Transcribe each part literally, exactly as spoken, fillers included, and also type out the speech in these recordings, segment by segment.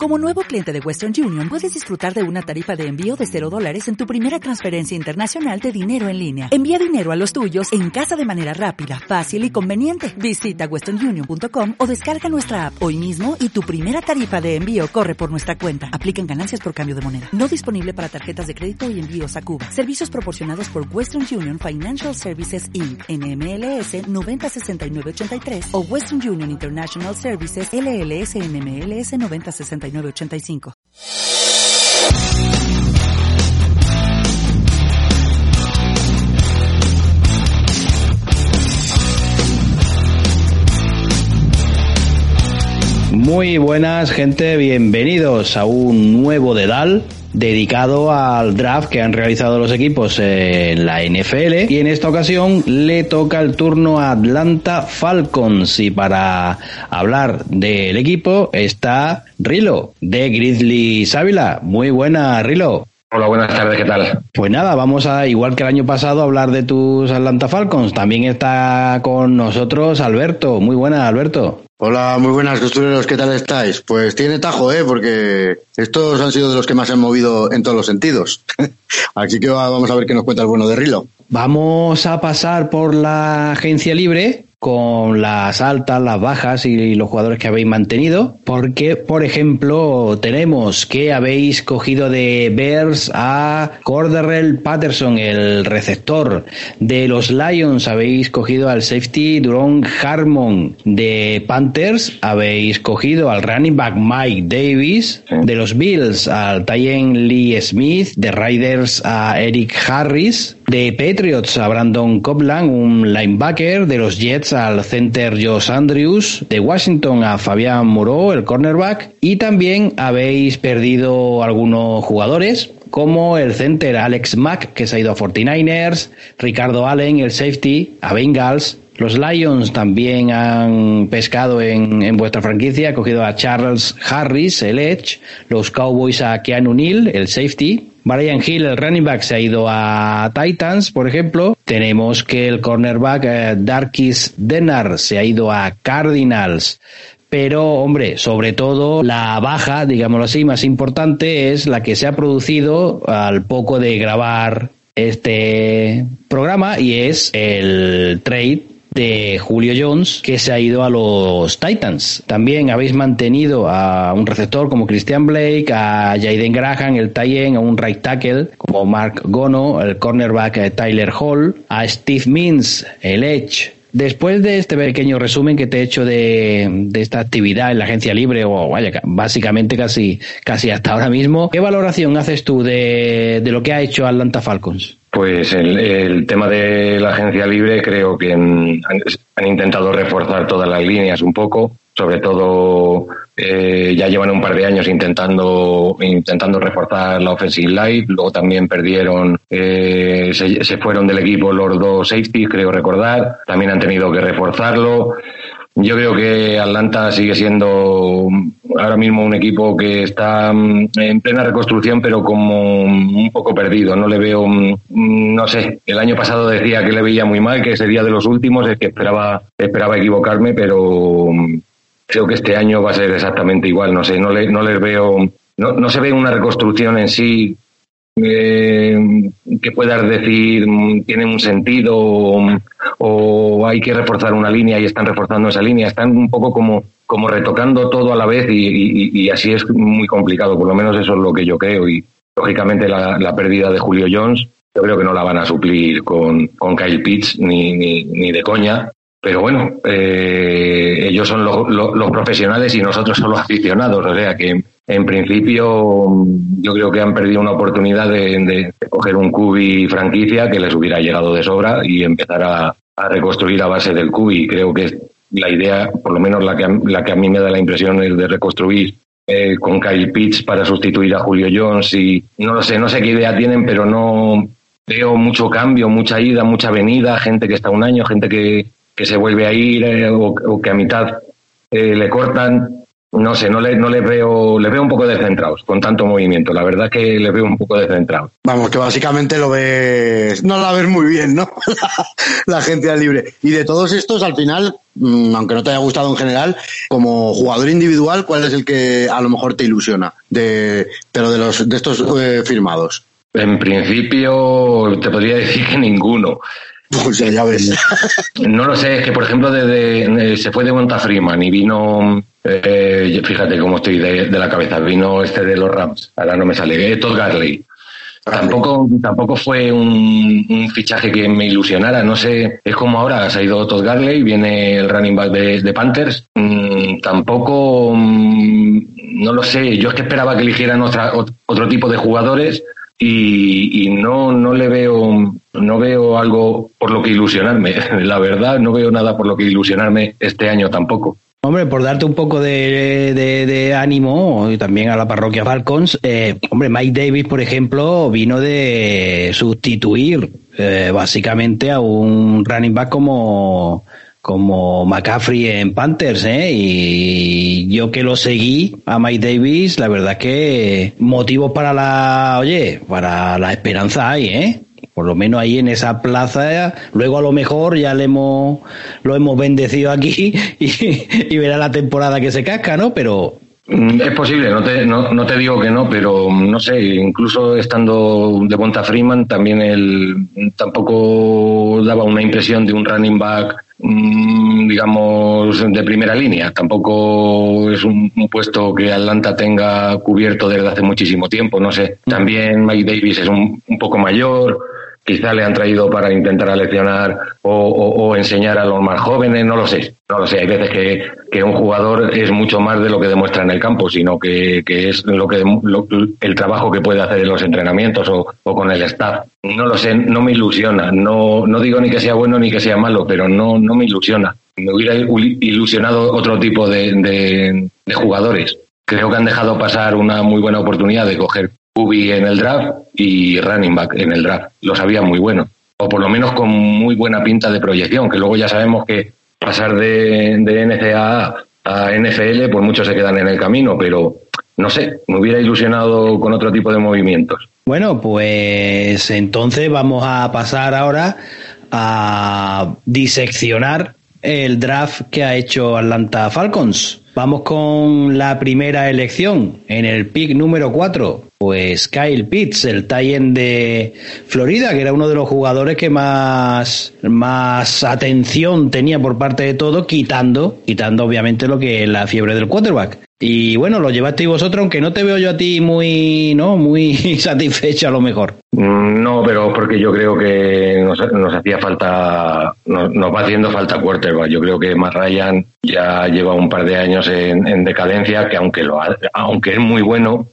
Como nuevo cliente de Western Union, puedes disfrutar de una tarifa de envío de cero dólares en tu primera transferencia internacional de dinero en línea. Envía dinero a los tuyos en casa de manera rápida, fácil y conveniente. Visita western union punto com o descarga nuestra app hoy mismo y tu primera tarifa de envío corre por nuestra cuenta. Aplican ganancias por cambio de moneda. No disponible para tarjetas de crédito y envíos a Cuba. Servicios proporcionados por Western Union Financial Services Incorporated, N M L S noventa sesenta y nueve ochenta y tres o Western Union International Services L L S N M L S noventa sesenta y nueve ochenta y cinco. Muy buenas, gente, bienvenidos a un nuevo Dedal dedicado al draft que han realizado los equipos en la N F L, y en esta ocasión le toca el turno a Atlanta Falcons, y para hablar del equipo está Rilo de Grizzlies Ávila. Muy buena, Rilo. Hola, buenas tardes, ¿qué tal? Pues nada, vamos a, igual que el año pasado, hablar de tus Atlanta Falcons. También está con nosotros Alberto. Muy buena, Alberto. Hola, muy buenas, costureros, ¿qué tal estáis? Pues tiene tajo, ¿eh? Porque estos han sido de los que más se han movido en todos los sentidos. Así que vamos a ver qué nos cuenta el bueno de Rilo. Vamos a pasar por la agencia libre con las altas, las bajas y los jugadores que habéis mantenido, porque, por ejemplo, tenemos que habéis cogido de Bears a Cordarrelle Patterson, el receptor. De los Lions habéis cogido al safety Duron Harmon. De Panthers habéis cogido al running back Mike Davis. De los Bills al tight end Lee Smith. De Raiders a Eric Harris. De Patriots a Brandon Copeland, un linebacker. De los Jets al center Josh Andrews. De Washington a Fabián Moreau, el cornerback. Y también habéis perdido algunos jugadores, como el center Alex Mack, que se ha ido a cuarenta y nueve ers, Ricardo Allen, el safety, a Bengals. Los Lions también han pescado en, en vuestra franquicia, ha cogido a Charles Harris, el edge. Los Cowboys a Keanu Neal, el safety. Brian Hill, el running back, se ha ido a Titans, por ejemplo. Tenemos que el cornerback eh, Darquis Dennard se ha ido a Cardinals. Pero, hombre, sobre todo la baja, digámoslo así, más importante es la que se ha producido al poco de grabar este programa, y es el trade de Julio Jones, que se ha ido a los Titans. También habéis mantenido a un receptor como Christian Blake, a Jaden Graham, el tight end, a un right tackle como Mark Gono, el cornerback Tyler Hall, a Steve Means, el edge. Después de este pequeño resumen que te he hecho de, de esta actividad en la agencia libre, o vaya, básicamente casi, casi hasta ahora mismo, ¿qué valoración haces tú de, de lo que ha hecho Atlanta Falcons? Pues el, el tema de la agencia libre, creo que han, han intentado reforzar todas las líneas un poco, sobre todo eh, ya llevan un par de años intentando intentando reforzar la offensive line. Luego también perdieron, eh, se, se fueron del equipo los dos safeties, creo recordar, también han tenido que reforzarlo. Yo creo que Atlanta sigue siendo ahora mismo un equipo que está en plena reconstrucción, pero como un poco perdido. No le veo, no sé, el año pasado decía que le veía muy mal, que sería de los últimos, es que esperaba, esperaba equivocarme, pero creo que este año va a ser exactamente igual. No sé, no le, no les veo, no, no se ve una reconstrucción en sí eh, que puedas decir tiene un sentido o, o hay que reforzar una línea y están reforzando esa línea. Están un poco como, como retocando todo a la vez y, y, y así es muy complicado. Por lo menos eso es lo que yo creo. Y lógicamente la, la pérdida de Julio Jones, yo creo que no la van a suplir con, con Kyle Pitts ni, ni, ni de coña. Pero bueno, eh, ellos son lo, lo, los profesionales y nosotros somos los aficionados. O sea que en principio yo creo que han perdido una oportunidad de, de, de coger un cubi franquicia que les hubiera llegado de sobra y empezar a, a reconstruir a base del cubi. Creo que la idea, por lo menos la que, la que a mí me da la impresión, es de reconstruir eh, con Kyle Pitts para sustituir a Julio Jones. Y no lo sé, no sé qué idea tienen, pero no veo mucho cambio, mucha ida, mucha venida, gente que está un año, gente que que se vuelve a ir eh, o, o que a mitad eh, le cortan. No sé, no le, no les veo, les veo un poco descentrados con tanto movimiento. La verdad que les veo un poco descentrados. Vamos, que básicamente lo ves, no la ves muy bien, ¿no? la, la agencia libre. Y de todos estos, al final, aunque no te haya gustado en general, como jugador individual, ¿cuál es el que a lo mejor te ilusiona? De, pero de los de estos eh, firmados. En principio te podría decir que ninguno. Pues ya, ya ves. No lo sé, es que por ejemplo desde de, se fue de Monta Freeman y vino, eh, fíjate cómo estoy de, de la cabeza, vino este de los Rams, ahora no me sale, eh, Todd Gurley. Tampoco, tampoco fue un, un fichaje que me ilusionara, no sé, es como ahora, se ha ido Todd Gurley, viene el running back de, de Panthers, mm, tampoco, mm, no lo sé, yo es que esperaba que eligieran otra, otro tipo de jugadores y, y no, no le veo, no veo algo por lo que ilusionarme, la verdad, no veo nada por lo que ilusionarme este año tampoco. Hombre, por darte un poco de, de, de ánimo y también a la parroquia Falcons, eh, hombre, Mike Davis, por ejemplo, vino de sustituir eh, básicamente a un running back como, como McCaffrey en Panthers, ¿eh? Y yo que lo seguí a Mike Davis, la verdad que motivos para la, oye, para la esperanza hay, ¿eh? Por lo menos ahí en esa plaza, luego a lo mejor ya le hemos, lo hemos bendecido aquí y, y verá la temporada que se casca, ¿no? Pero es posible, no te, no, no te digo que no, pero no sé, incluso estando de Monta Freeman también él tampoco daba una impresión de un running back, digamos, de primera línea. Tampoco es un, un puesto que Atlanta tenga cubierto desde hace muchísimo tiempo, no sé. También Mike Davis es un, un poco mayor, quizá le han traído para intentar aleccionar o, o, o enseñar a los más jóvenes, no lo sé, no lo sé. Hay veces que, que un jugador es mucho más de lo que demuestra en el campo, sino que, que es lo que lo, el trabajo que puede hacer en los entrenamientos o, o con el staff. No lo sé, no me ilusiona, no, no digo ni que sea bueno ni que sea malo, pero no, no me ilusiona. Me hubiera ilusionado otro tipo de, de, de jugadores. Creo que han dejado pasar una muy buena oportunidad de coger Q B en el draft y running back en el draft. Lo sabían muy bueno, o por lo menos con muy buena pinta de proyección, que luego ya sabemos que pasar de, de N C A A a N F L, pues muchos se quedan en el camino, pero no sé, me hubiera ilusionado con otro tipo de movimientos. Bueno, pues entonces vamos a pasar ahora a diseccionar el draft que ha hecho Atlanta Falcons. Vamos con la primera elección en el pick número cuatro. Pues Kyle Pitts, el tight end de Florida, que era uno de los jugadores que más, más atención tenía por parte de todo, quitando, quitando obviamente lo que es la fiebre del quarterback. Y bueno, lo llevasteis vosotros, aunque no te veo yo a ti muy, ¿no? muy satisfecho a lo mejor. No, pero porque yo creo que nos, nos hacía falta, nos, nos va haciendo falta quarterback. Yo creo que Matt Ryan ya lleva un par de años en, en decadencia, que aunque lo ha, aunque es muy bueno,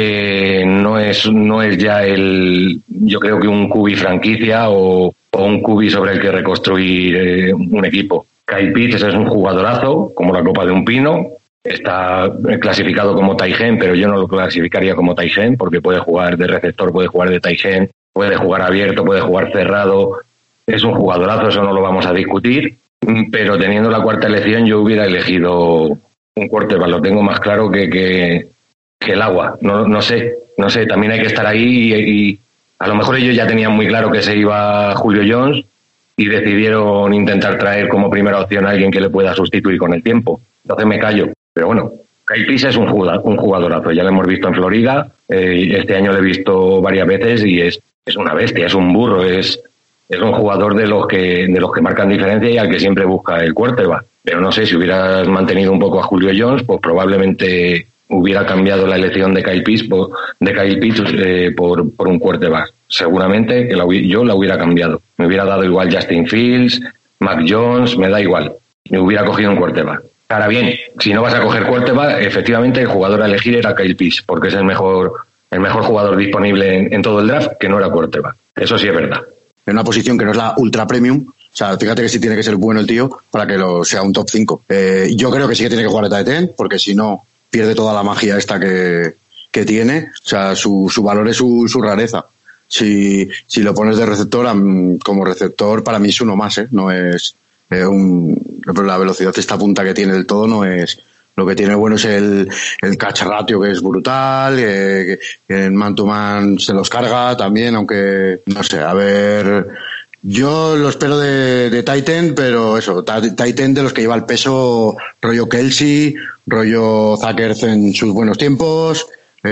eh, no es no es ya el, yo creo que un Q B franquicia o, o un Q B sobre el que reconstruir eh, un equipo. Kyle Pitts es un jugadorazo, como la copa de un pino. Está clasificado como tight end, pero yo no lo clasificaría como tight end porque puede jugar de receptor, puede jugar de tight end, puede jugar abierto, puede jugar cerrado. Es un jugadorazo, eso no lo vamos a discutir, pero teniendo la cuarta elección yo hubiera elegido un quarterback, lo tengo más claro que, que, que el agua. No, no sé, no sé, también hay que estar ahí y, y a lo mejor ellos ya tenían muy claro que se iba Julio Jones y decidieron intentar traer como primera opción a alguien que le pueda sustituir con el tiempo. Entonces me callo. Pero bueno, Kyle Pitts es un jugador, un jugadorazo, ya lo hemos visto en Florida, eh, este año lo he visto varias veces y es, es una bestia, es un burro, es, es un jugador de los que de los que marcan diferencia y al que siempre busca el quarterback. Pero no sé, si hubieras mantenido un poco a Julio Jones, pues probablemente hubiera cambiado la elección de Kyle Pitts por, de Kyle Pitts, eh, por, por un quarterback. Seguramente que la, yo la hubiera cambiado. Me hubiera dado igual Justin Fields, Mac Jones, me da igual. Me hubiera cogido un quarterback. Ahora bien, si no vas a coger quarterback, efectivamente el jugador a elegir era Kyle Pitts, porque es el mejor el mejor jugador disponible en, en todo el draft, que no era quarterback. Eso sí es verdad. En una posición que no es la ultra premium, o sea, fíjate que sí tiene que ser bueno el tío para que lo sea un top cinco. Eh, yo creo que sí que tiene que jugar de tight end, porque si no, pierde toda la magia esta que, que tiene. O sea, su, su valor es su, su rareza. Si, si lo pones de receptor, como receptor, para mí es uno más, ¿eh? No es... Eh, un, la velocidad esta punta que tiene del todo no es lo que tiene bueno, es el, el catch ratio, que es brutal, que, que en man to man se los carga también, aunque no sé, a ver Yo lo espero de, de Titan, pero eso, Titan de los que lleva el peso, rollo Kelsey, rollo Zuckers en sus buenos tiempos,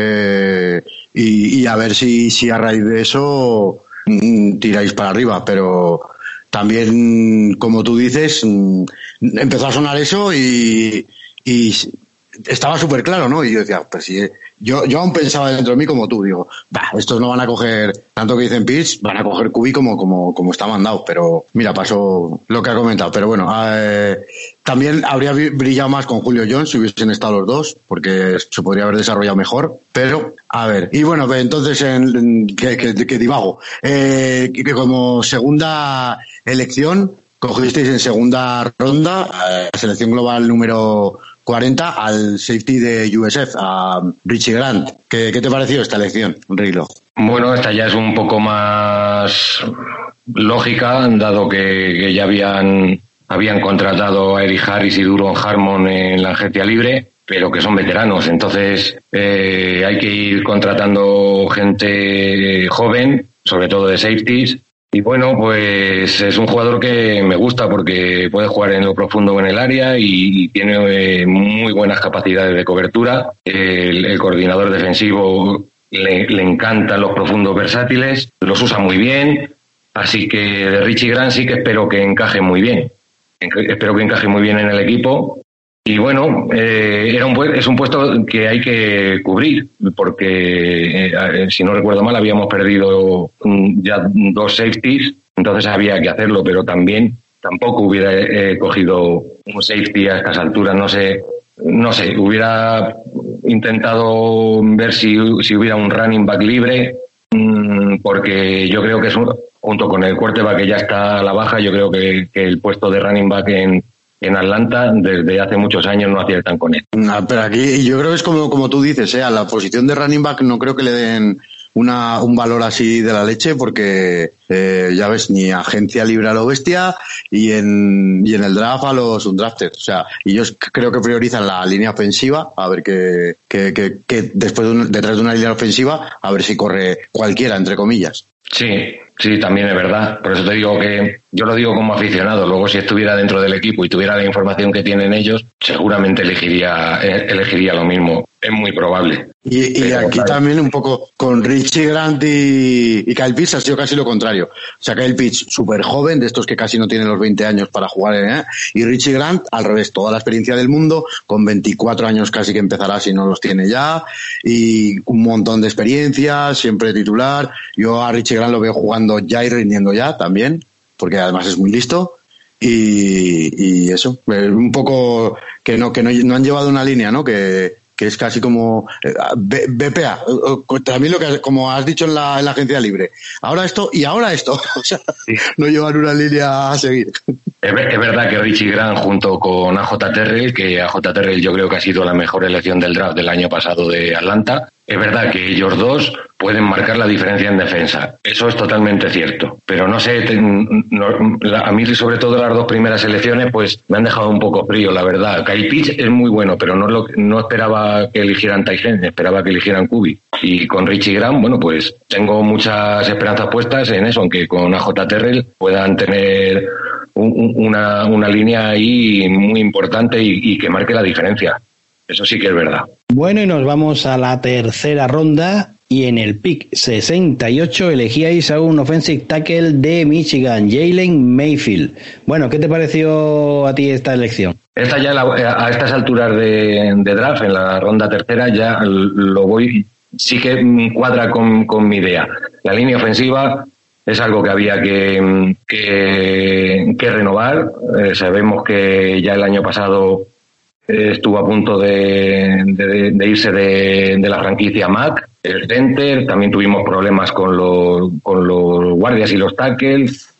eh, y, y a ver si, si a raíz de eso mm, tiráis para arriba, pero también, como tú dices, mm, empezó a sonar eso y, y estaba súper claro, ¿no? Y yo decía, pues sí, yo, yo aún pensaba dentro de mí como tú, digo, bah, estos no van a coger, tanto que dicen Pitch, van a coger Kubi como, como, como está mandado, pero mira, pasó lo que ha comentado, pero bueno, eh, también habría brillado más con Julio Jones si hubiesen estado los dos, porque se podría haber desarrollado mejor, pero, a ver, y bueno, entonces, en, que, que, que divago, eh, que como segunda elección, cogisteis en segunda ronda, eh, selección global número cuarenta al safety de U S F, a Richie Grant. ¿Qué, qué te pareció esta elección, Rilo? Bueno, esta ya es un poco más lógica, dado que, que ya habían, habían contratado a Eric Harris y Duron Harmon en la agencia libre, pero que son veteranos. Entonces eh, hay que ir contratando gente joven, sobre todo de safeties. Y bueno, pues es un jugador que me gusta porque puede jugar en lo profundo o en el área y tiene eh, muy buenas capacidades de cobertura. El, el coordinador defensivo le, le encantan los profundos versátiles, los usa muy bien. Así que de Richie Grant sí que espero que encaje muy bien. Espero que encaje muy bien en el equipo. Y bueno, eh, era un es un puesto que hay que cubrir, porque eh, si no recuerdo mal habíamos perdido um, ya dos safeties, entonces había que hacerlo, pero también tampoco hubiera eh, cogido un safety a estas alturas, no sé, no sé, hubiera intentado ver si, si hubiera un running back libre, um, porque yo creo que es un, junto con el quarterback que ya está a la baja, yo creo que, que el puesto de running back en En Atlanta, desde hace muchos años no aciertan con él. No, pero aquí yo creo que es como, como tú dices, ¿eh? A la posición de running back no creo que le den una, un valor así de la leche, porque eh, ya ves, ni agencia libre a lo bestia y en, y en el draft a los undrafted. O sea, y yo creo que priorizan la línea ofensiva, a ver que, que, que, que después de un, detrás de una línea ofensiva, a ver si corre cualquiera, entre comillas. Sí, sí, también es verdad. Por eso te digo que yo lo digo como aficionado. Luego, si estuviera dentro del equipo y tuviera la información que tienen ellos, seguramente elegiría elegiría lo mismo. Es muy probable. Y, y aquí claro, también un poco con Richie Grant y, y Kyle Pitts ha sido casi lo contrario. O sea, Kyle Pitts súper joven, de estos que casi no tienen los veinte años para jugar, ¿eh? Y Richie Grant al revés, toda la experiencia del mundo, con veinticuatro años casi que empezará si no los tiene ya, y un montón de experiencia, siempre titular. Yo a Richie Grant lo veo jugando ya y rindiendo ya también, porque además es muy listo. Y, y eso, un poco que no que no, no han llevado una línea, ¿no? Que que es casi como eh, B P A, también lo que como has dicho en la, en la agencia libre. Ahora esto y ahora esto, o sea, sí. No llevan una línea a seguir. Es, es verdad que Richie Grant junto con A J Terrell, que A J Terrell yo creo que ha sido la mejor elección del draft del año pasado de Atlanta, es verdad que ellos dos pueden marcar la diferencia en defensa. Eso es totalmente cierto. Pero no sé, te, no, a mí sobre todo las dos primeras elecciones pues me han dejado un poco frío, la verdad. Kyle Pitts es muy bueno, pero no, lo, no esperaba que eligieran Tyson, esperaba que eligieran Kubi. Y con Richie Grant, bueno, pues tengo muchas esperanzas puestas en eso, aunque con A J Terrell puedan tener un, una, una línea ahí muy importante y, y que marque la diferencia. Eso sí que es verdad. Bueno, y nos vamos a la tercera ronda y en el pick sesenta y ocho elegíais a un offensive tackle de Michigan, Jalen Mayfield. Bueno, ¿qué te pareció a ti esta elección? Esta ya la, a estas alturas de, de draft, en la ronda tercera, ya lo voy, sí que cuadra con, con mi idea. La línea ofensiva es algo que había que, que, que renovar. Eh, sabemos que ya el año pasado estuvo a punto de, de, de irse de, de la franquicia M A C, el center, también tuvimos problemas con los, con los guardias y los tackles.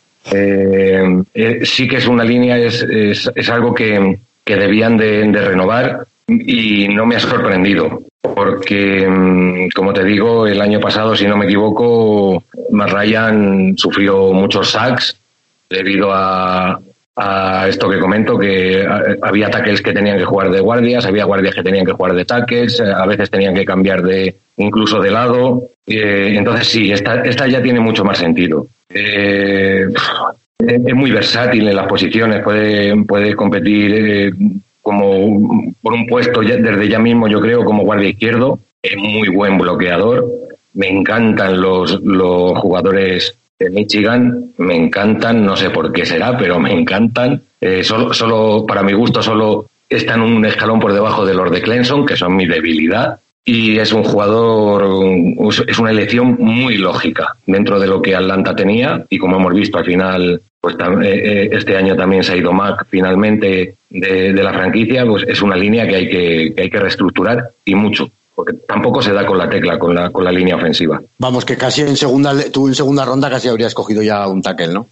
Eh, eh, sí que es una línea, es, es, es algo que, que debían de, de renovar y no me ha sorprendido, porque, como te digo, el año pasado, si no me equivoco, Matt Ryan sufrió muchos sacks debido a a esto que comento, que había tackles que tenían que jugar de guardias, había guardias que tenían que jugar de tackles, a veces tenían que cambiar de incluso de lado. Eh, entonces sí, esta, esta ya tiene mucho más sentido. Eh, es muy versátil en las posiciones, puede, puede competir eh, como por un puesto ya, desde ya mismo, yo creo, como guardia izquierdo. Es muy buen bloqueador. Me encantan los, los jugadores de Michigan, me encantan, no sé por qué será, pero me encantan. Eh, solo, solo, para mi gusto, solo están un escalón por debajo de los de Clemson, que son mi debilidad. Y es un jugador, es una elección muy lógica dentro de lo que Atlanta tenía, y como hemos visto al final, pues este año también se ha ido Mac finalmente de, de la franquicia, pues es una línea que hay que, que hay que reestructurar, y mucho, porque tampoco se da con la tecla, con la, con la línea ofensiva. Vamos, que casi en segunda, tú en segunda ronda casi habrías cogido ya un tackle, ¿no?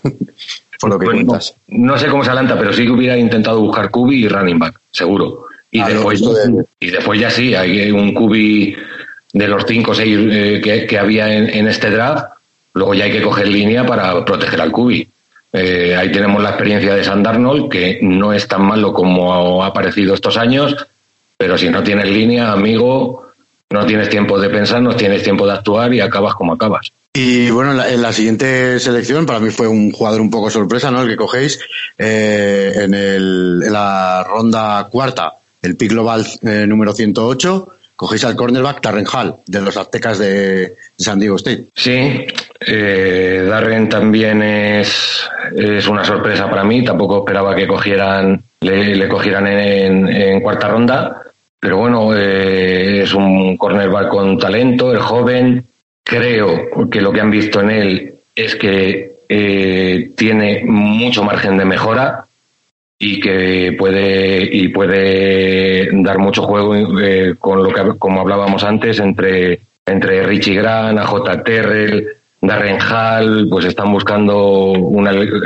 Por lo que pues cuentas. No, no sé cómo es Atlanta, pero sí que hubiera intentado buscar Q B y running back, seguro. Y, ah, después, de... y después ya sí, hay un Q B de los cinco o seis eh, que, que había en, en este draft, luego ya hay que coger línea para proteger al Q B. Eh, ahí tenemos la experiencia de Sam Darnold, que no es tan malo como ha aparecido estos años, pero si no tienes línea, amigo, no tienes tiempo de pensar, no tienes tiempo de actuar y acabas como acabas. Y bueno, en la, en la siguiente selección, para mí fue un jugador un poco sorpresa, ¿no? El que cogéis eh, en, el, en la ronda cuarta. El pick global eh, número ciento ocho, cogéis al cornerback Darren Hall, de los Aztecas de, de San Diego State. Sí, eh, Darren también es, es una sorpresa para mí. Tampoco esperaba que cogieran le, le cogieran en, en cuarta ronda, pero bueno, eh, es un cornerback con talento, es joven. Creo que lo que han visto en él es que eh, tiene mucho margen de mejora, y que puede y puede dar mucho juego eh, con lo que como hablábamos antes entre entre Richie Grant, A J Terrell, Darren Hall, pues están buscando una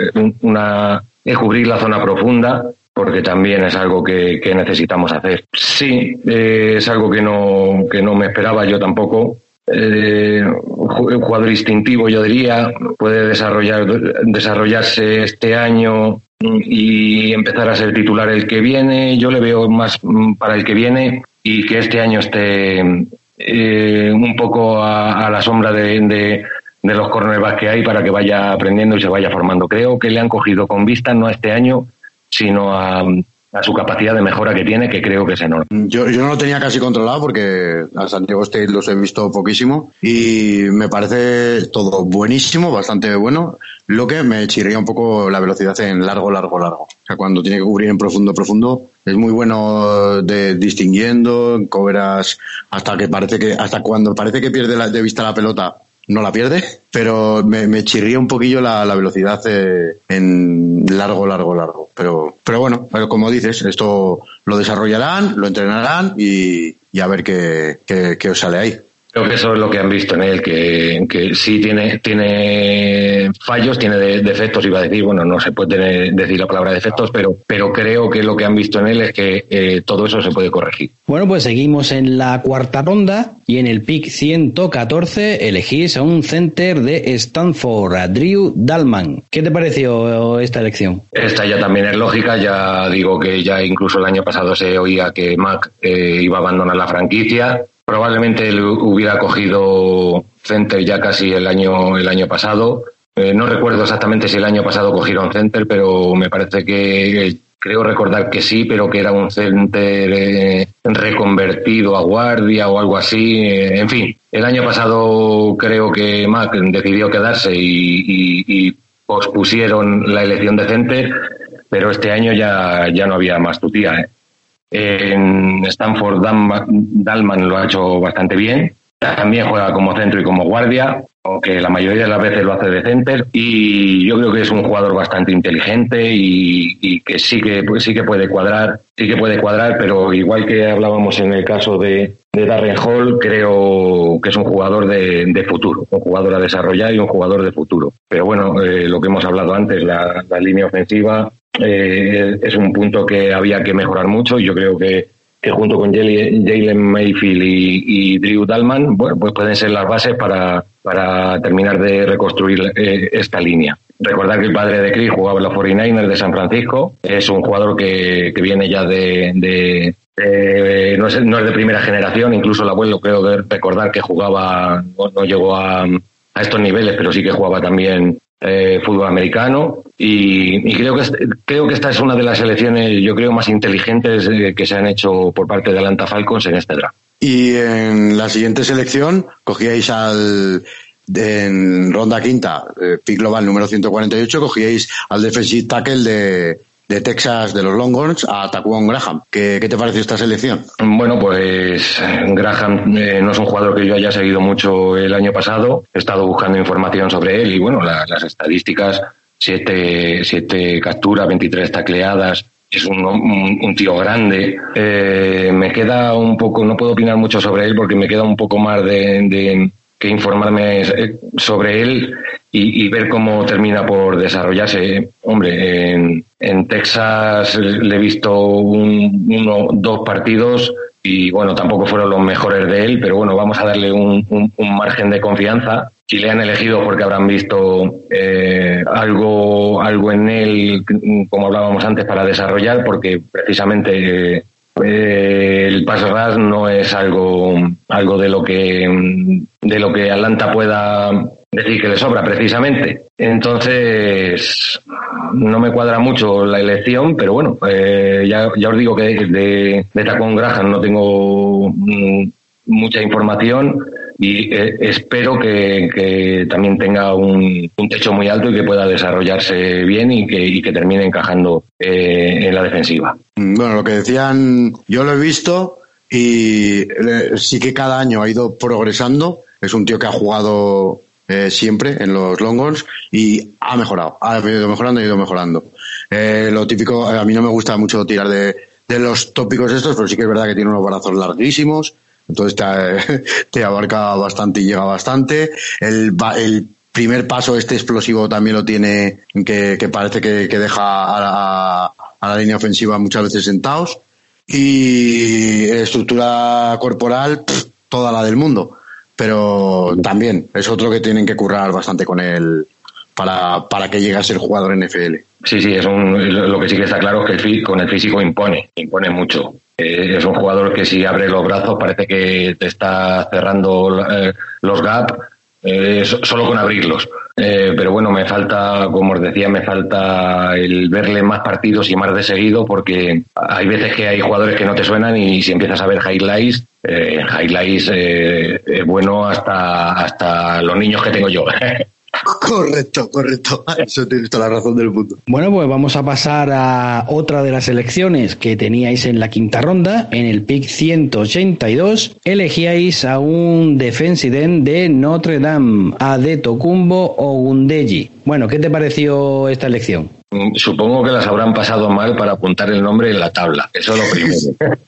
una eh, cubrir la zona profunda, porque también es algo que, que necesitamos hacer. Sí, eh, es algo que no que no me esperaba yo tampoco. Eh, un jugador instintivo, yo diría, puede desarrollar desarrollarse este año y empezar a ser titular el que viene. Yo le veo más para el que viene, y que este año esté eh, un poco a, a la sombra de, de, de los cornerbacks que hay, para que vaya aprendiendo y se vaya formando. Creo que le han cogido con vista no a este año, sino a, a su capacidad de mejora que tiene, que creo que es enorme. Yo, yo no lo tenía casi controlado, porque a San Diego State los he visto poquísimo y me parece todo buenísimo, bastante bueno. Lo que me chirría un poco la velocidad en largo, largo, largo. O sea, cuando tiene que cubrir en profundo, profundo, es muy bueno de distinguiendo, cobras hasta que parece que, hasta cuando parece que pierde la, de vista la pelota, no la pierde, pero me, me chirría un poquillo la, la velocidad eh, en largo, largo, largo. Pero, pero bueno, pero como dices, esto lo desarrollarán, lo entrenarán y, y a ver qué, qué, qué os sale ahí. Creo que eso es lo que han visto en él, que, que sí tiene tiene fallos, tiene de, defectos, iba a decir, bueno, no se puede tener, decir la palabra defectos, pero pero creo que lo que han visto en él es que eh, todo eso se puede corregir. Bueno, pues seguimos en la cuarta ronda, y en el pick ciento catorce elegís a un center de Stanford, a Drew Dalman. ¿Qué te pareció esta elección? Esta ya también es lógica. Ya digo que ya incluso el año pasado se oía que Mac eh, iba a abandonar la franquicia. Probablemente él hubiera cogido center ya casi el año el año pasado. Eh, no recuerdo exactamente si el año pasado cogieron center, pero me parece que, eh, creo recordar que sí, pero que era un center eh, reconvertido a guardia o algo así. Eh, en fin, el año pasado creo que Mac decidió quedarse y, y, y pospusieron la elección de center, pero este año ya, ya no había más tutía, ¿eh? En Stanford, Dalman lo ha hecho bastante bien. También juega como centro y como guardia, aunque la mayoría de las veces lo hace de center. Y yo creo que es un jugador bastante inteligente y, y que sí que pues sí que puede cuadrar, sí que puede cuadrar. Pero igual que hablábamos en el caso de, de Darren Hall, creo que es un jugador de, de futuro, un jugador a desarrollar y un jugador de futuro. Pero bueno, eh, lo que hemos hablado antes, la, la línea ofensiva. Eh, es un punto que había que mejorar mucho, y yo creo que, que junto con Jalen Mayfield y, y Drew Dalman, bueno, pues pueden ser las bases para, para terminar de reconstruir eh, esta línea. Recordar que el padre de Chris jugaba en los cuarenta y nueve ers de San Francisco, es un jugador que, que viene ya de... de eh, no, es, no es de primera generación, incluso el abuelo creo que recordar que jugaba, no, no llegó a... a estos niveles, pero sí que jugaba también eh, fútbol americano y, y creo que creo que esta es una de las selecciones, yo creo, más inteligentes eh, que se han hecho por parte de Atlanta Falcons en este draft. Y en la siguiente selección cogíais al en ronda quinta, eh, pick global número ciento cuarenta y ocho, cogíais al defensive tackle de de Texas, de los Longhorns, a Taquan Graham. ¿Qué, qué te pareció esta selección? Bueno, pues Graham eh, no es un jugador que yo haya seguido mucho el año pasado. He estado buscando información sobre él y, bueno, la, las estadísticas, siete, siete capturas, veintitrés tacleadas. Es un, un, un tío grande. Eh, me queda un poco, no puedo opinar mucho sobre él porque me queda un poco más de, de que informarme sobre él y, y ver cómo termina por desarrollarse. Hombre, en, en Texas le he visto un, uno, dos partidos y, bueno, tampoco fueron los mejores de él, pero bueno, vamos a darle un, un, un margen de confianza. Si le han elegido porque habrán visto eh, algo, algo en él, como hablábamos antes, para desarrollar, porque precisamente eh, Eh, el pass rush no es algo algo de lo que de lo que Atlanta pueda decir que le sobra precisamente. Entonces no me cuadra mucho la elección, pero bueno, eh, ya, ya os digo que de, de Taquan Graham no tengo mm, mucha información y eh, espero que, que también tenga un, un techo muy alto y que pueda desarrollarse bien y que, y que termine encajando eh, en la defensiva. Bueno, lo que decían, yo lo he visto y eh, sí que cada año ha ido progresando. Es un tío que ha jugado eh, siempre en los Longhorns y ha mejorado, ha ido mejorando, ha ido mejorando. Eh, lo típico, a mí no me gusta mucho tirar de, de los tópicos estos, pero sí que es verdad que tiene unos brazos larguísimos. Entonces te, te abarca bastante y llega bastante. El, el primer paso este explosivo también lo tiene, que, que parece que, que deja a la, a la línea ofensiva muchas veces sentados. Y estructura corporal, pff, toda la del mundo. Pero también es otro que tienen que currar bastante con él para, para que llegue a ser jugador N F L. Sí, sí, es un, lo que sí que está claro es que el, con el físico impone, impone mucho. Eh, es un jugador que si abre los brazos parece que te está cerrando eh, los gaps eh, solo con abrirlos. Eh, pero bueno, me falta, como os decía, me falta el verle más partidos y más de seguido porque hay veces que hay jugadores que no te suenan y si empiezas a ver highlights, eh, highlights eh, eh, bueno hasta, hasta los niños que tengo yo. Correcto, correcto. Eso tienes toda la razón del mundo. Bueno, pues vamos a pasar a otra de las selecciones que teníais en la quinta ronda. En el pick ciento ochenta y dos elegíais a un defensive end de Notre Dame, Adetokunbo Ogundeji. Bueno, ¿qué te pareció esta elección? Supongo que las habrán pasado mal para apuntar el nombre en la tabla. Eso es lo primero.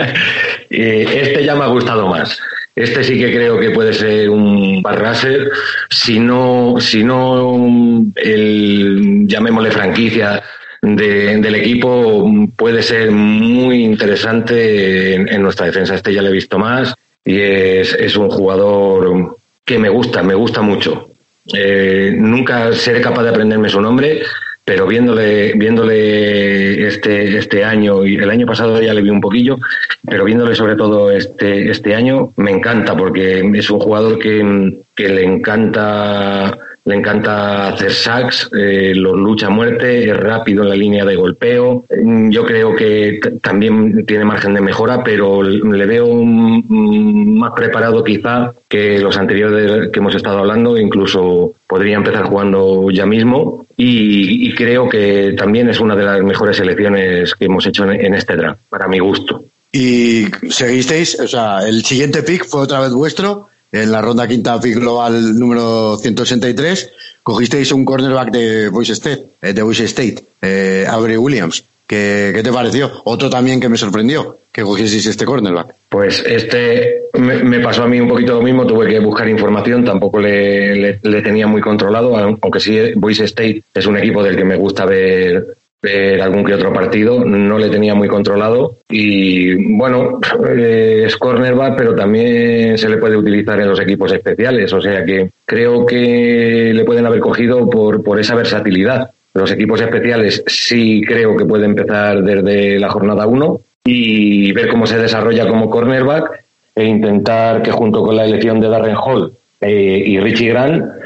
Este ya me ha gustado más. Este sí que creo que puede ser un pass rusher, si no, si no el, llamémosle franquicia de, del equipo, puede ser muy interesante en, en nuestra defensa. Este ya lo he visto más y es, es un jugador que me gusta, me gusta mucho. Eh, nunca seré capaz de aprenderme su nombre, pero viéndole viéndole este este año y el año pasado ya le vi un poquillo, pero viéndole sobre todo este este año me encanta porque es un jugador que, que le encanta le encanta hacer sacks, eh, los lucha a muerte, es rápido en la línea de golpeo. Yo creo que t- también tiene margen de mejora, pero le veo un, más preparado quizá que los anteriores que hemos estado hablando, incluso podría empezar jugando ya mismo y, y creo que también es una de las mejores selecciones que hemos hecho en, en este draft, para mi gusto. Y seguisteis, o sea, el siguiente pick fue otra vez vuestro. En la ronda quinta pick global número ciento ochenta y tres, cogisteis un cornerback de Boise State, eh, de Boise State, eh, Avery Williams. ¿Qué, ¿Qué te pareció? Otro también que me sorprendió, que cogieseis este cornerback. Pues este me, me pasó a mí un poquito lo mismo, tuve que buscar información, tampoco le, le, le tenía muy controlado, aunque sí Boise State es un equipo del que me gusta ver ver algún que otro partido, no le tenía muy controlado y bueno, eh, es cornerback, pero también se le puede utilizar en los equipos especiales, o sea que creo que le pueden haber cogido por, por esa versatilidad. Los equipos especiales sí creo que puede empezar desde la jornada uno y ver cómo se desarrolla como cornerback e intentar que junto con la elección de Darren Hall eh, y Richie Grant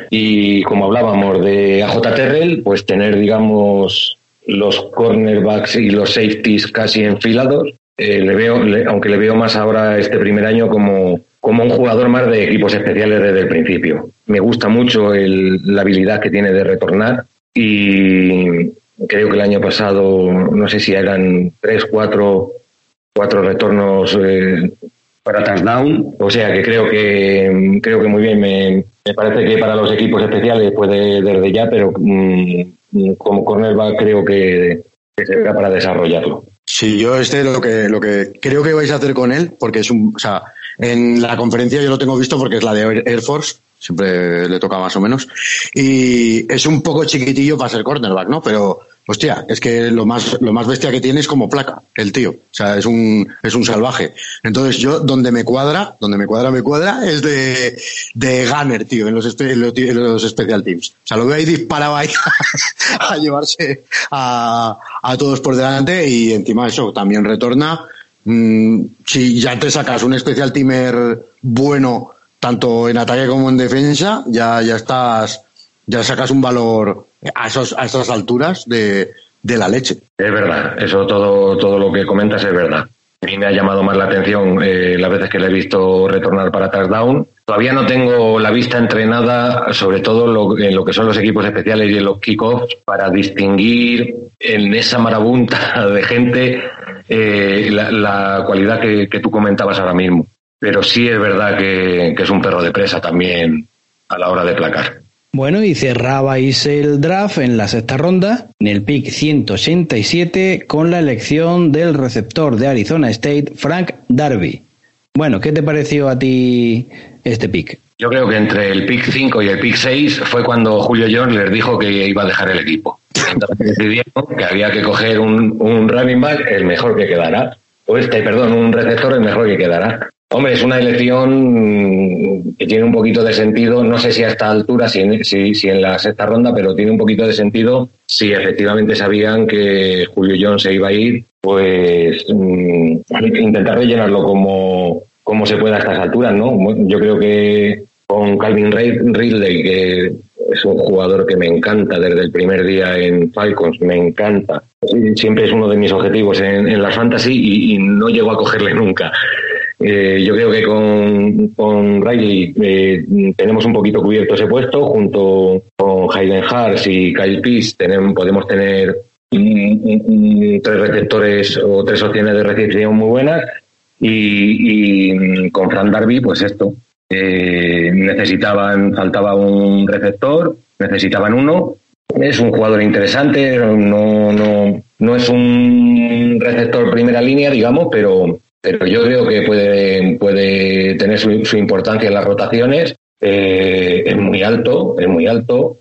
Y como hablábamos de A J Terrell, pues tener, digamos, los cornerbacks y los safeties casi enfilados, eh, le veo, le, aunque le veo más ahora este primer año como, como un jugador más de equipos especiales desde el principio. Me gusta mucho el, la habilidad que tiene de retornar y creo que el año pasado, no sé si eran tres, cuatro, cuatro retornos eh, para touchdown, o sea que creo que creo que muy bien. Me, me parece que para los equipos especiales puede desde ya, pero mmm, como cornerback creo que, que será para desarrollarlo. Sí, yo este lo que lo que creo que vais a hacer con él, porque es un, o sea, en la conferencia yo lo tengo visto porque es la de Air Force, siempre le toca más o menos, y es un poco chiquitillo para ser cornerback, ¿no? Pero hostia, es que lo más lo más bestia que tiene es como placa, el tío. O sea, es un es un salvaje. Entonces yo, donde me cuadra, donde me cuadra, me cuadra, es de, de Gunner, tío, en los, espe, en los, en los Special Teams. O sea, lo veo ahí disparado ahí a llevarse a, a todos por delante y encima eso, también retorna. Mmm, si ya te sacas un Special Teamer bueno, tanto en ataque como en defensa, ya, ya estás, ya sacas un valor a esos, a esas alturas de, de la leche. Es verdad, eso todo, todo lo que comentas es verdad. A mí me ha llamado más la atención eh, las veces que le he visto retornar para touchdown. Todavía no tengo la vista entrenada, sobre todo lo, en lo que son los equipos especiales y en los kickoffs, para distinguir en esa marabunta de gente eh, la, la cualidad que, que tú comentabas ahora mismo. Pero sí es verdad que, que es un perro de presa también a la hora de placar. Bueno, y cerrabais el draft en la sexta ronda, en el pick ciento ochenta y siete, con la elección del receptor de Arizona State, Frank Darby. Bueno, ¿qué te pareció a ti este pick? Yo creo que entre el pick cinco y el pick seis fue cuando Julio Jones les dijo que iba a dejar el equipo. Entonces decidieron que había que coger un, un running back, el mejor que quedará. O este, perdón, un receptor, el mejor que quedará. Hombre, es una elección que tiene un poquito de sentido, no sé si a esta altura, si en, si, si en la sexta ronda, pero tiene un poquito de sentido si efectivamente sabían que Julio Jones se iba a ir, pues mmm, intentar rellenarlo como, como se pueda a estas alturas, ¿no? Yo creo que con Calvin Ridley, que es un jugador que me encanta desde el primer día en Falcons, me encanta. Siempre es uno de mis objetivos en, en la fantasy y, y no llego a cogerle nunca. Eh, yo creo que con, con Riley eh, tenemos un poquito cubierto ese puesto, junto con Hayden Hurst y Kyle Pitts tenemos, podemos tener un, un, un, tres receptores o tres opciones de recepción muy buenas y, y con Frank Darby pues esto, eh, necesitaban, faltaba un receptor, necesitaban uno. Es un jugador interesante, no, no, no es un receptor primera línea, digamos, pero pero yo creo que puede, puede tener su, su importancia en las rotaciones. Eh, es muy alto, es muy alto,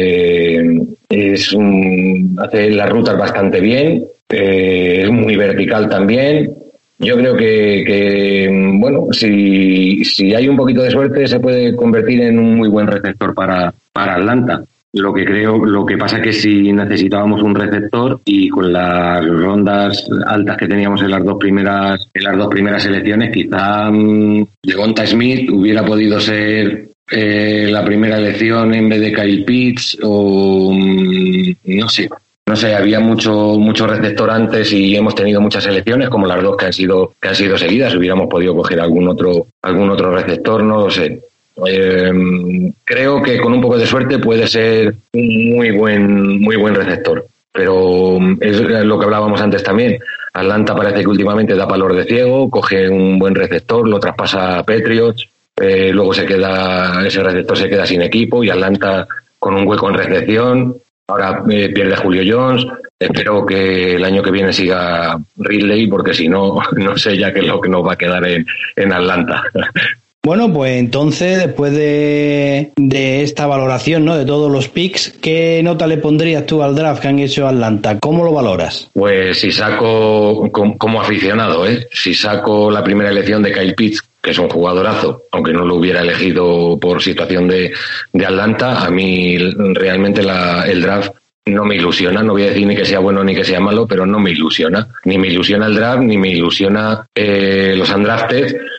eh, es un, hace las rutas bastante bien, eh, es muy vertical también. Yo creo que, que bueno, si, si hay un poquito de suerte se puede convertir en un muy buen receptor para, para Atlanta. Lo que creo, lo que pasa que si necesitábamos un receptor y con las rondas altas que teníamos en las dos primeras, en las dos primeras selecciones, quizá um, Devonta Smith hubiera podido ser eh, la primera elección en vez de Kyle Pitts o um, no sé, no sé, había mucho mucho receptor antes y hemos tenido muchas selecciones como las dos que han sido que han sido seguidas. Hubiéramos podido coger algún otro algún otro receptor, no lo sé. Eh, creo que con un poco de suerte puede ser un muy buen muy buen receptor, pero es lo que hablábamos antes también. Atlanta parece que últimamente da palos de ciego, coge un buen receptor, lo traspasa a Patriots, eh, luego se queda ese receptor se queda sin equipo y Atlanta con un hueco en recepción. Ahora eh, pierde a Julio Jones. Espero que el año que viene siga Ridley, porque si no, no sé ya qué es lo que nos va a quedar en, en Atlanta. Bueno, pues entonces, después de, de esta valoración, ¿no?, de todos los picks, ¿qué nota le pondrías tú al draft que han hecho Atlanta? ¿Cómo lo valoras? Pues si saco, como, como aficionado, ¿eh? Si saco la primera elección de Kyle Pitts, que es un jugadorazo, aunque no lo hubiera elegido por situación de, de Atlanta, a mí realmente la, el draft no me ilusiona. No voy a decir ni que sea bueno ni que sea malo, pero no me ilusiona. Ni me ilusiona el draft, ni me ilusiona eh, los undrafted.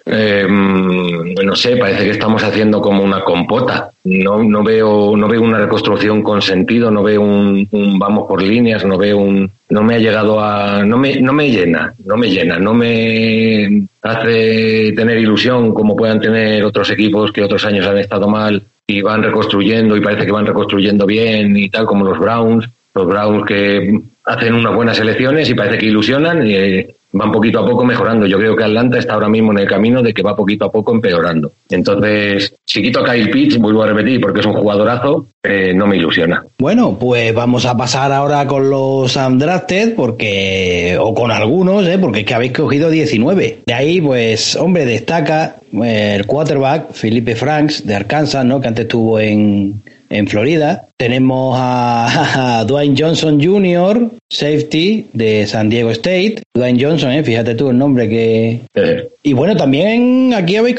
Eh, no sé, parece que estamos haciendo como una compota. No, no veo, no veo una reconstrucción con sentido, no veo un, un vamos por líneas, no veo un, no me ha llegado a, no me, no me llena, no me llena, no me hace tener ilusión como puedan tener otros equipos que otros años han estado mal y van reconstruyendo y parece que van reconstruyendo bien y tal, como los Browns, los Browns que hacen unas buenas elecciones y parece que ilusionan y eh, van poquito a poco mejorando. Yo creo que Atlanta está ahora mismo en el camino de que va poquito a poco empeorando. Entonces, si quito a Kyle Pitts, vuelvo a repetir, porque es un jugadorazo, eh, no me ilusiona. Bueno, pues vamos a pasar ahora con los undrafted, porque, o con algunos, ¿eh? Porque es que habéis cogido diecinueve. De ahí, pues, hombre, destaca el quarterback Felipe Franks de Arkansas, ¿no? Que antes estuvo en, en Florida. Tenemos a, a Dwayne Johnson junior, safety de San Diego State. Dwayne Johnson, ¿eh? Fíjate tú el nombre que... Eh. Y bueno, también aquí habéis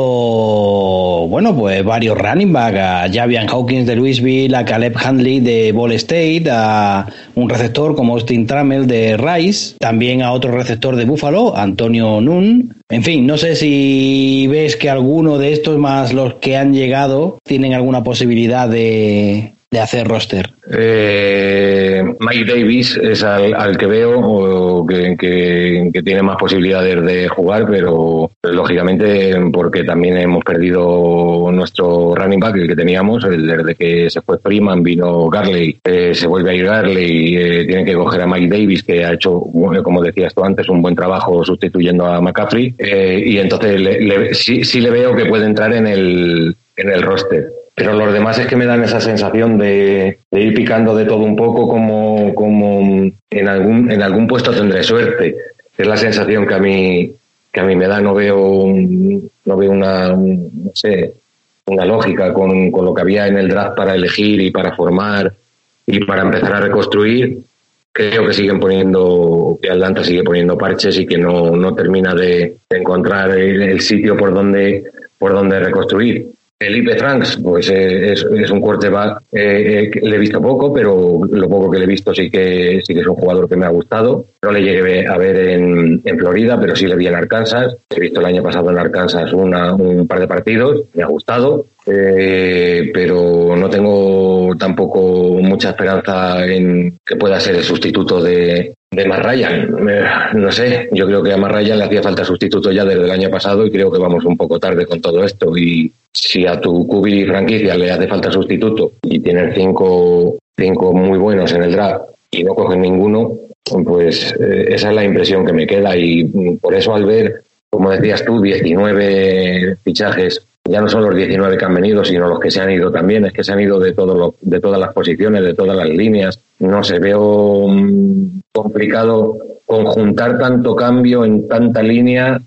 cogido, bueno, pues varios running back, a Javian Hawkins de Louisville, a Caleb Handley de Ball State, a un receptor como Austin Trammell de Rice, también a otro receptor de Buffalo, Antonio Nunn. En fin, no sé si ves que alguno de estos más los que han llegado tienen alguna posibilidad de... de hacer roster. Eh, Mike Davis es al, al que veo o que, que, que tiene más posibilidades de jugar, pero lógicamente porque también hemos perdido nuestro running back, el que teníamos, el, desde que se fue Freeman, vino Garley, eh, se vuelve a ir Garley, eh, tienen que coger a Mike Davis, que ha hecho, como decías tú antes, un buen trabajo sustituyendo a McCaffrey, eh, y entonces le, le, sí, sí le veo que puede entrar en el, en el roster. Pero los demás es que me dan esa sensación de, de ir picando de todo un poco, como, como en algún en algún puesto tendré suerte. Es la sensación que a mí que a mí me da. No veo no veo una no sé una lógica con, con lo que había en el draft para elegir y para formar y para empezar a reconstruir. Creo que siguen poniendo, que Atlanta sigue poniendo parches y que no no termina de, de encontrar el, el sitio por donde por donde reconstruir. Felipe Franks, pues eh, es, es un quarterback, eh, eh, que le he visto poco, pero lo poco que le he visto sí que sí que es un jugador que me ha gustado. No le llegué a ver en, en Florida, pero sí le vi en Arkansas. He visto el año pasado en Arkansas una, un par de partidos, me ha gustado, eh, pero no tengo tampoco mucha esperanza en que pueda ser el sustituto de, de Matt Ryan. Eh, no sé, yo creo que a Matt Ryan le hacía falta sustituto ya desde el año pasado y creo que vamos un poco tarde con todo esto. Y si a tu Q B franquicia le hace falta sustituto y tienes cinco, cinco muy buenos en el draft y no cogen ninguno, pues eh, esa es la impresión que me queda. Y por eso al ver, como decías tú, diecinueve fichajes, ya no son los diecinueve que han venido, sino los que se han ido también, es que se han ido de, todo lo, de todas las posiciones, de todas las líneas. No sé, veo um, complicado conjuntar tanto cambio en tanta línea.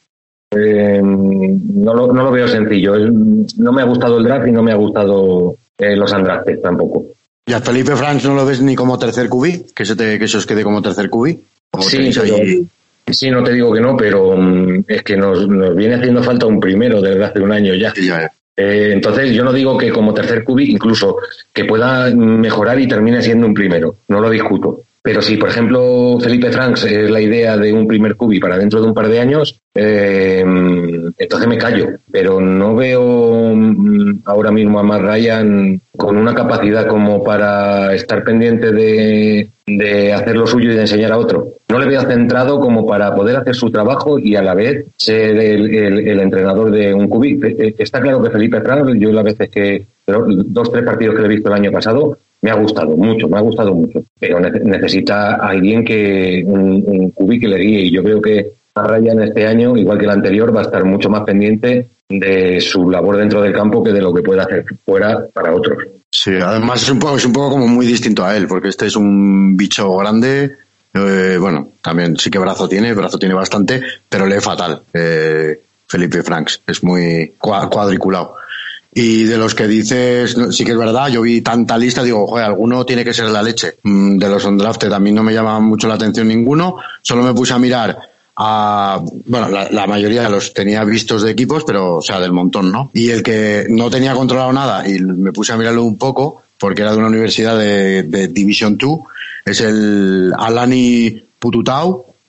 Eh, no, lo, no lo veo sencillo. No me ha gustado el draft y no me ha gustado eh, los undrafted tampoco. ¿Y a Felipe Franks no lo ves ni como tercer Q B? ¿Que se, te, que se os quede como tercer Q B? Sí, pero, ahí... sí, no te digo que no, pero um, es que nos, nos viene haciendo falta un primero desde hace un año ya. Sí, ya, ya. Eh, entonces yo no digo que como tercer Q B, incluso que pueda mejorar y termine siendo un primero, no lo discuto. Pero si, por ejemplo, Felipe Franks es la idea de un primer Q B para dentro de un par de años, eh, entonces me callo. Pero no veo ahora mismo a Matt Ryan con una capacidad como para estar pendiente de, de hacer lo suyo y de enseñar a otro. No le veo centrado como para poder hacer su trabajo y a la vez ser el, el, el entrenador de un Q B. Está claro que Felipe Franks, yo las veces que, dos, tres partidos que le he visto el año pasado, me ha gustado mucho, me ha gustado mucho, pero necesita a alguien que, un, un Q B que le guíe, y yo creo que a Ryan este año, igual que el anterior, va a estar mucho más pendiente de su labor dentro del campo que de lo que pueda hacer fuera para otros. Sí, además es un poco, es un poco como muy distinto a él, porque este es un bicho grande, eh, bueno, también sí que brazo tiene, brazo tiene bastante, pero lee fatal, eh, Felipe Franks, es muy cuadriculado. Y de los que dices, sí que es verdad, yo vi tanta lista, digo, joder, alguno tiene que ser la leche. De los undrafted a mí no me llama mucho la atención ninguno, solo me puse a mirar a, bueno, la, la mayoría de los tenía vistos de equipos, pero, o sea, del montón, ¿no? Y el que no tenía controlado nada, y me puse a mirarlo un poco, porque era de una universidad de, de Division dos, es el Alani Pututau,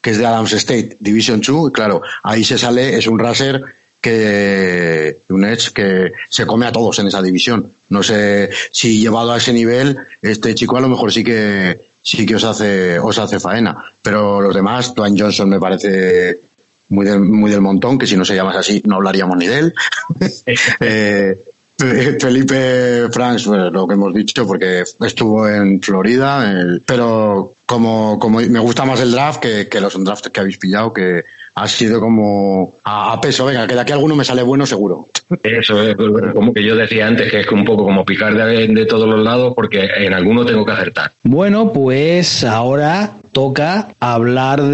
que es de Adams State, Division dos, y claro, ahí se sale, es un raser que, un edge que se come a todos en esa división. No sé si llevado a ese nivel, este chico a lo mejor sí que, sí que os hace, os hace faena, pero los demás, Dwayne Johnson me parece muy del, muy del montón, que si no se llamas así no hablaríamos ni de él. eh, Felipe Franks, bueno, lo que hemos dicho, porque estuvo en Florida, eh, pero como, como me gusta más el draft que, que los drafts que habéis pillado, que ha sido como a, a peso, venga, que de aquí alguno me sale bueno seguro. Eso es, como que yo decía antes, que es un poco como picar de, de todos los lados, porque en alguno tengo que acertar. Bueno, pues ahora toca hablar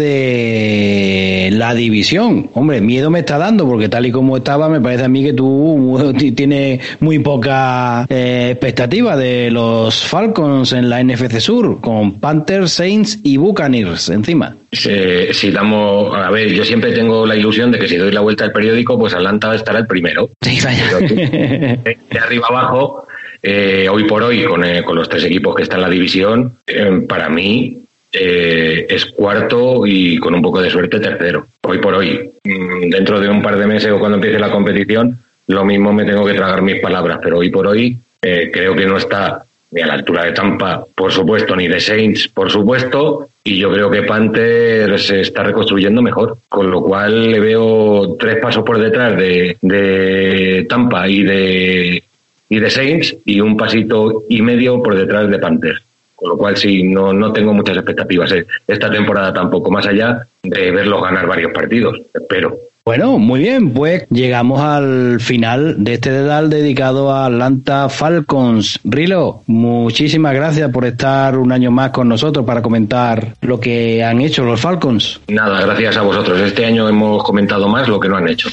de la división. Hombre, miedo me está dando, porque tal y como estaba, me parece a mí que tú tienes muy poca eh, expectativa de los Falcons en la N F C Sur, con Panthers, Saints y Buccaneers encima. Si, si damos, a ver, yo siempre tengo la ilusión de que si doy la vuelta al periódico, pues Atlanta estará el primero. Sí, vaya. Pero, de arriba abajo, eh, hoy por hoy, con, eh, con los tres equipos que están en la división, eh, para mí eh, es cuarto y con un poco de suerte tercero. Hoy por hoy, dentro de un par de meses o cuando empiece la competición, lo mismo me tengo que tragar mis palabras, pero hoy por hoy eh, creo que no está ni a la altura de Tampa, por supuesto, ni de Saints, por supuesto, y yo creo que Panthers se está reconstruyendo mejor, con lo cual le veo tres pasos por detrás de, de Tampa y de, y de Saints, y un pasito y medio por detrás de Panthers. Con lo cual sí, no, no tengo muchas expectativas eh. esta temporada tampoco, más allá de verlos ganar varios partidos, espero. Bueno, muy bien, pues llegamos al final de este dedal dedicado a Atlanta Falcons. Rilo, muchísimas gracias por estar un año más con nosotros para comentar lo que han hecho los Falcons. Nada, gracias a vosotros. Este año hemos comentado más lo que no han hecho.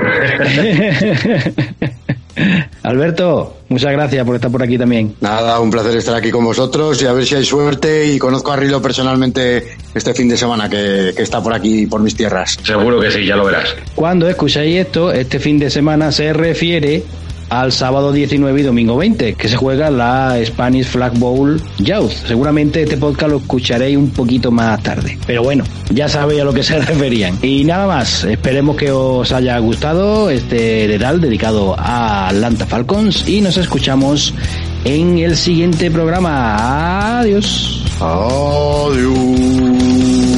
Alberto, muchas gracias por estar por aquí también. Nada, un placer estar aquí con vosotros y a ver si hay suerte, y conozco a Rilo personalmente este fin de semana que, que está por aquí, por mis tierras. Seguro que sí, ya lo verás. Cuando escucháis esto, este fin de semana se refiere al sábado diecinueve y domingo veinte, que se juega la Spanish Flag Bowl Youth. Seguramente este podcast lo escucharéis un poquito más tarde, pero bueno, ya sabéis a lo que se referían. Y nada más, esperemos que os haya gustado este dedal dedicado a Atlanta Falcons, y nos escuchamos en el siguiente programa. Adiós. Adiós.